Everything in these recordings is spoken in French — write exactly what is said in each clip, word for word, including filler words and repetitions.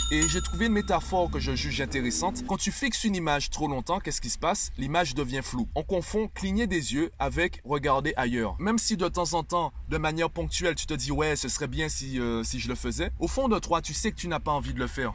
Et j'ai trouvé une métaphore que je juge intéressante. Quand tu fixes une image trop longtemps, qu'est-ce qui se passe? L'image devient floue. On confond cligner des yeux avec regarder ailleurs. Même si de temps en temps, de manière ponctuelle, tu te dis « ouais, ce serait bien si, euh, si je le faisais », au fond de toi, tu sais que tu n'as pas envie de le faire.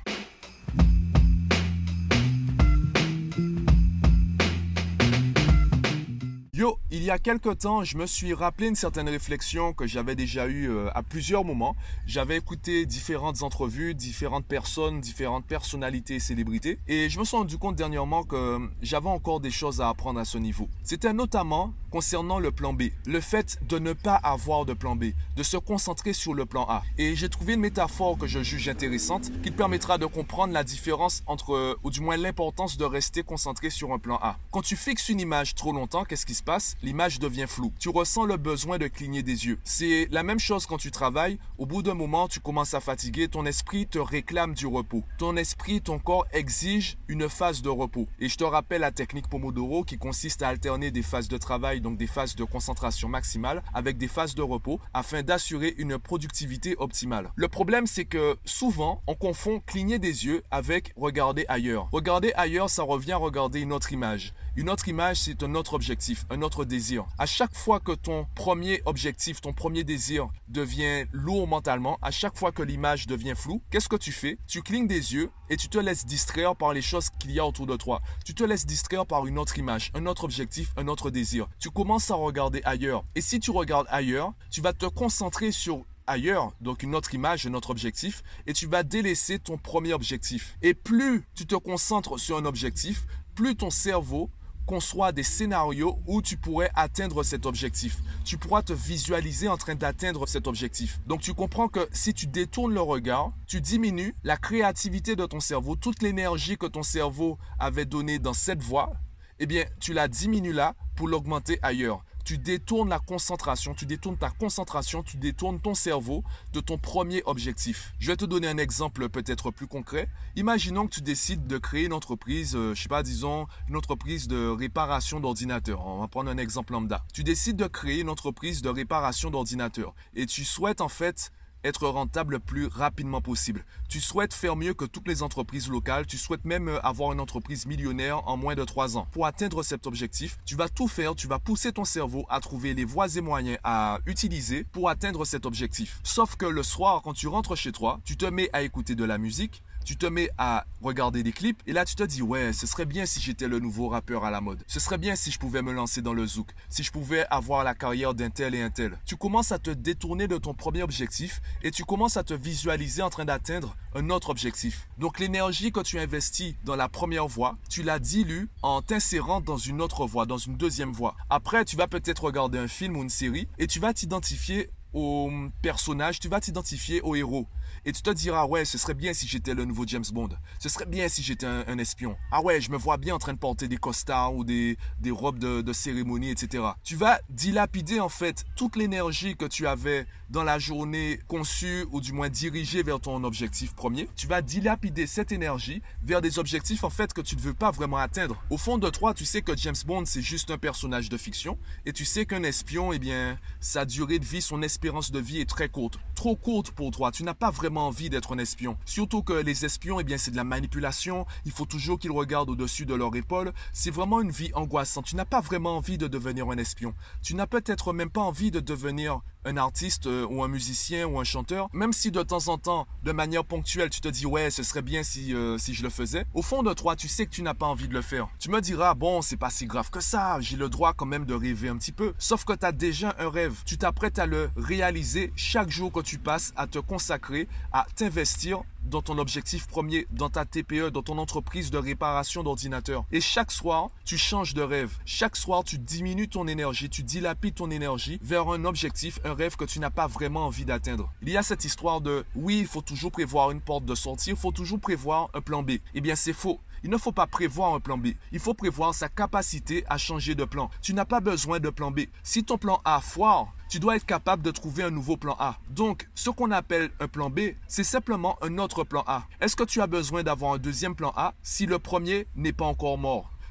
Yo, il y a quelque temps, je me suis rappelé une certaine réflexion que j'avais déjà eue euh, à plusieurs moments. J'avais écouté différentes entrevues, différentes personnes, différentes personnalités et célébrités. Et je me suis rendu compte dernièrement que j'avais encore des choses à apprendre à ce niveau. C'était notamment concernant le plan B. Le fait de ne pas avoir de plan B, de se concentrer sur le plan A. Et j'ai trouvé une métaphore que je juge intéressante qui te permettra de comprendre la différence entre, ou du moins l'importance de rester concentré sur un plan A. Quand tu fixes une image trop longtemps, qu'est-ce qui se passe? L'image devient floue. Tu ressens le besoin de cligner des yeux. C'est la même chose quand tu travailles. Au bout d'un moment, tu commences à fatiguer. Ton esprit te réclame du repos. Ton esprit, ton corps exige une phase de repos. Et je te rappelle la technique Pomodoro qui consiste à alterner des phases de travail, donc des phases de concentration maximale, avec des phases de repos afin d'assurer une productivité optimale. Le problème, c'est que souvent, on confond cligner des yeux avec regarder ailleurs. Regarder ailleurs, ça revient à regarder une autre image. Une autre image, c'est un autre objectif, un autre désir. À chaque fois que ton premier objectif, ton premier désir devient lourd mentalement, à chaque fois que l'image devient floue, qu'est-ce que tu fais? Tu clignes des yeux et tu te laisses distraire par les choses qu'il y a autour de toi. Tu te laisses distraire par une autre image, un autre objectif, un autre désir. Tu commences à regarder ailleurs. Et si tu regardes ailleurs, tu vas te concentrer sur ailleurs, donc une autre image, un autre objectif, et tu vas délaisser ton premier objectif. Et plus tu te concentres sur un objectif, plus ton cerveau conçoit des scénarios où tu pourrais atteindre cet objectif. Tu pourras te visualiser en train d'atteindre cet objectif. Donc tu comprends que si tu détournes le regard, tu diminues la créativité de ton cerveau, toute l'énergie que ton cerveau avait donnée dans cette voie, eh bien tu la diminues là pour l'augmenter ailleurs. Tu détournes la concentration, tu détournes ta concentration, tu détournes ton cerveau de ton premier objectif. Je vais te donner un exemple peut-être plus concret. Imaginons que tu décides de créer une entreprise, euh, je sais pas, disons, une entreprise de réparation d'ordinateurs. On va prendre un exemple lambda. Tu décides de créer une entreprise de réparation d'ordinateurs et tu souhaites en fait être rentable le plus rapidement possible. Tu souhaites faire mieux que toutes les entreprises locales. Tu souhaites même avoir une entreprise millionnaire en moins de trois ans. Pour atteindre cet objectif, tu vas tout faire. Tu vas pousser ton cerveau à trouver les voies et moyens à utiliser pour atteindre cet objectif. Sauf que le soir, quand tu rentres chez toi, tu te mets à écouter de la musique. Tu te mets à regarder des clips et là tu te dis ouais, ce serait bien si j'étais le nouveau rappeur à la mode. Ce serait bien si je pouvais me lancer dans le zouk, si je pouvais avoir la carrière d'un tel et un tel. Tu commences à te détourner de ton premier objectif et tu commences à te visualiser en train d'atteindre un autre objectif. Donc l'énergie que tu investis dans la première voie, tu la dilues en t'insérant dans une autre voie, dans une deuxième voie. Après, tu vas peut-être regarder un film ou une série et tu vas t'identifier au personnage, tu vas t'identifier au héros. Et tu te diras, ouais, ce serait bien si j'étais le nouveau James Bond. Ce serait bien si j'étais un, un espion. Ah ouais, je me vois bien en train de porter des costards ou des, des robes de, de cérémonie, et cetera. Tu vas dilapider en fait toute l'énergie que tu avais dans la journée conçue ou du moins dirigée vers ton objectif premier. Tu vas dilapider cette énergie vers des objectifs en fait que tu ne veux pas vraiment atteindre. Au fond de toi, tu sais que James Bond, c'est juste un personnage de fiction. Et tu sais qu'un espion, eh bien, sa durée de vie, son espérance de vie est très courte. Trop courte pour toi. Tu n'as pas vraiment envie d'être un espion. Surtout que les espions, eh bien, c'est de la manipulation. Il faut toujours qu'ils regardent au-dessus de leur épaule. C'est vraiment une vie angoissante. Tu n'as pas vraiment envie de devenir un espion. Tu n'as peut-être même pas envie de devenir un artiste euh, ou un musicien ou un chanteur. Même si de temps en temps, de manière ponctuelle, tu te dis ouais, ce serait bien si, euh, si je le faisais. Au fond de toi, tu sais que tu n'as pas envie de le faire. Tu me diras, bon, c'est pas si grave que ça. J'ai le droit quand même de rêver un petit peu. Sauf que tu as déjà un rêve. Tu t'apprêtes à le réaliser chaque jour que tu passes à te consacrer, à t'investir dans ton objectif premier, dans ta T P E, dans ton entreprise de réparation d'ordinateurs. Et chaque soir, tu changes de rêve. Chaque soir, tu diminues ton énergie, tu dilapides ton énergie vers un objectif, un rêve que tu n'as pas vraiment envie d'atteindre. Il y a cette histoire de, oui, il faut toujours prévoir une porte de sortie, il faut toujours prévoir un plan B. Eh bien, c'est faux. Il ne faut pas prévoir un plan B. Il faut prévoir sa capacité à changer de plan. Tu n'as pas besoin de plan B. Si ton plan A foire, tu dois être capable de trouver un nouveau plan A. Donc, ce qu'on appelle un plan B, c'est simplement un autre plan A. Est-ce que tu as besoin d'avoir un deuxième plan A si le premier n'est pas encore mort?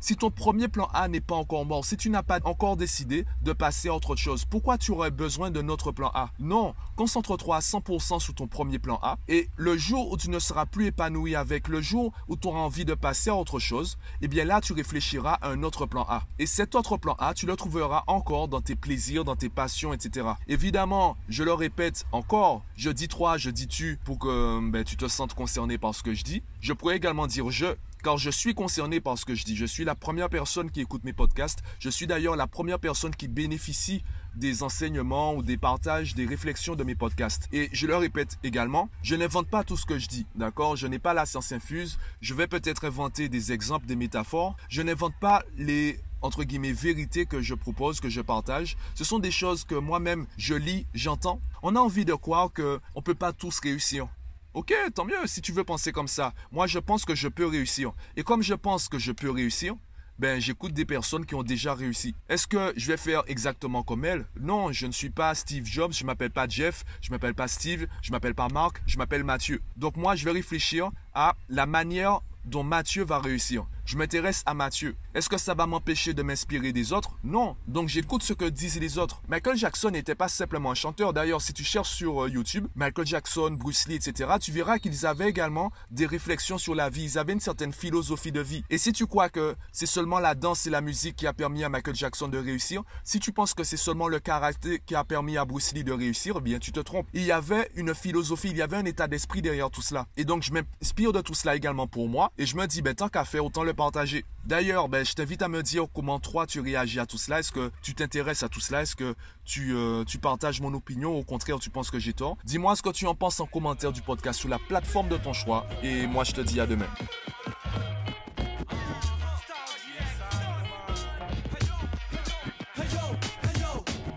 Si ton premier plan A n'est pas encore mort, si tu n'as pas encore décidé de passer à autre chose, pourquoi tu aurais besoin d'un autre plan A? Non, concentre-toi à cent pour cent sur ton premier plan A et le jour où tu ne seras plus épanoui avec, le jour où tu auras envie de passer à autre chose, eh bien là, tu réfléchiras à un autre plan A. Et cet autre plan A, tu le trouveras encore dans tes plaisirs, dans tes passions, et cetera. Évidemment, je le répète encore, je dis toi, je dis tu pour que ben, tu te sentes concerné par ce que je dis. Je pourrais également dire je, car je suis concerné par ce que je dis. Je suis la première personne qui écoute mes podcasts. Je suis d'ailleurs la première personne qui bénéficie des enseignements ou des partages, des réflexions de mes podcasts. Et je le répète également, je n'invente pas tout ce que je dis, d'accord? Je n'ai pas la science infuse. Je vais peut-être inventer des exemples, des métaphores. Je n'invente pas les entre guillemets, vérités que je propose, que je partage. Ce sont des choses que moi-même, je lis, j'entends. On a envie de croire qu'on ne peut pas tous réussir. Ok, tant mieux si tu veux penser comme ça. Moi, je pense que je peux réussir. Et comme je pense que je peux réussir, ben, j'écoute des personnes qui ont déjà réussi. Est-ce que je vais faire exactement comme elles? Non, je ne suis pas Steve Jobs, je ne m'appelle pas Jeff, je ne m'appelle pas Steve, je ne m'appelle pas Marc, je m'appelle Mathieu. Donc moi, je vais réfléchir à la manière dont Mathieu va réussir. Je m'intéresse à Mathieu. Est-ce que ça va m'empêcher de m'inspirer des autres? Non. Donc j'écoute ce que disent les autres. Michael Jackson n'était pas simplement un chanteur. D'ailleurs, si tu cherches sur YouTube, Michael Jackson, Bruce Lee, et cetera, tu verras qu'ils avaient également des réflexions sur la vie. Ils avaient une certaine philosophie de vie. Et si tu crois que c'est seulement la danse et la musique qui a permis à Michael Jackson de réussir, si tu penses que c'est seulement le karaté qui a permis à Bruce Lee de réussir, eh bien tu te trompes. Il y avait une philosophie, il y avait un état d'esprit derrière tout cela. Et donc je m'inspire de tout cela également pour moi. Et je me dis, ben tant qu'à faire, autant le partager. D'ailleurs, ben, je t'invite à me dire comment toi tu réagis à tout cela. Est-ce que tu t'intéresses à tout cela? Est-ce que tu, euh, tu partages mon opinion? Au contraire, tu penses que j'ai tort? Dis-moi ce que tu en penses en commentaire du podcast sur la plateforme de ton choix. Et moi, je te dis à demain.